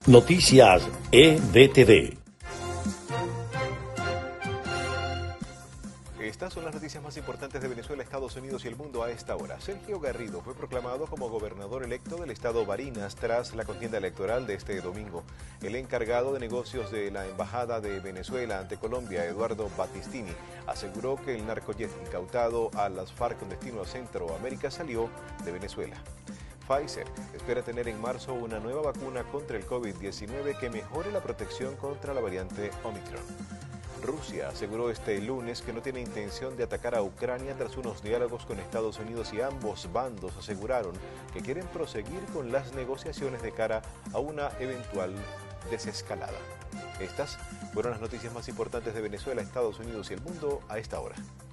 Noticias EDTV. Estas son las noticias más importantes de Venezuela, Estados Unidos y el mundo a esta hora. Sergio Garrido fue proclamado como gobernador electo del estado Barinas tras la contienda electoral de este domingo. El encargado de negocios de la Embajada de Venezuela ante Colombia, Eduardo Battistini, aseguró que el narcojet incautado a las FARC con destino a Centroamérica salió de Venezuela. Pfizer espera tener en marzo una nueva vacuna contra el COVID-19 que mejore la protección contra la variante Omicron. Rusia aseguró este lunes que no tiene intención de atacar a Ucrania tras unos diálogos con Estados Unidos y ambos bandos aseguraron que quieren proseguir con las negociaciones de cara a una eventual desescalada. Estas fueron las noticias más importantes de Venezuela, Estados Unidos y el mundo a esta hora.